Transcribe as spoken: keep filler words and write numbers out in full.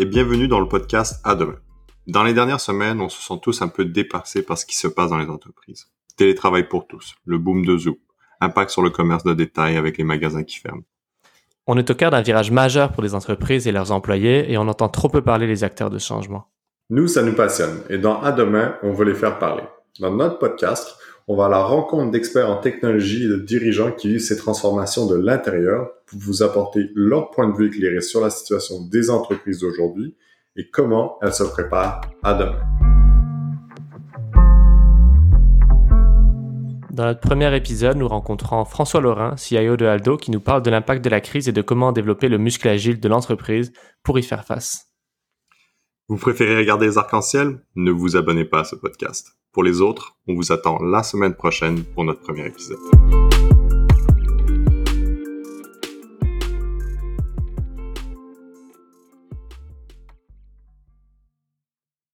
bienvenue dans le podcast À demain. Dans les dernières semaines, on se sent tous un peu dépassés par ce qui se passe dans les entreprises. Télétravail pour tous, le boom de Zoom, impact sur le commerce de détail avec les magasins qui ferment. On est au cœur d'un virage majeur pour les entreprises et leurs employés et on entend trop peu parler les acteurs de changement. Nous, ça nous passionne et dans À demain, on veut les faire parler. Dans notre podcast, on va à la rencontre d'experts en technologie et de dirigeants qui vivent ces transformations de l'intérieur pour vous apporter leur point de vue éclairé sur la situation des entreprises d'aujourd'hui et comment elles se préparent à demain. Dans notre premier épisode, nous rencontrons François Laurin, C I O de Aldo, qui nous parle de l'impact de la crise et de comment développer le muscle agile de l'entreprise pour y faire face. Vous préférez regarder les arcs-en-ciel? Ne vous abonnez pas à ce podcast. Pour les autres, on vous attend la semaine prochaine pour notre premier épisode.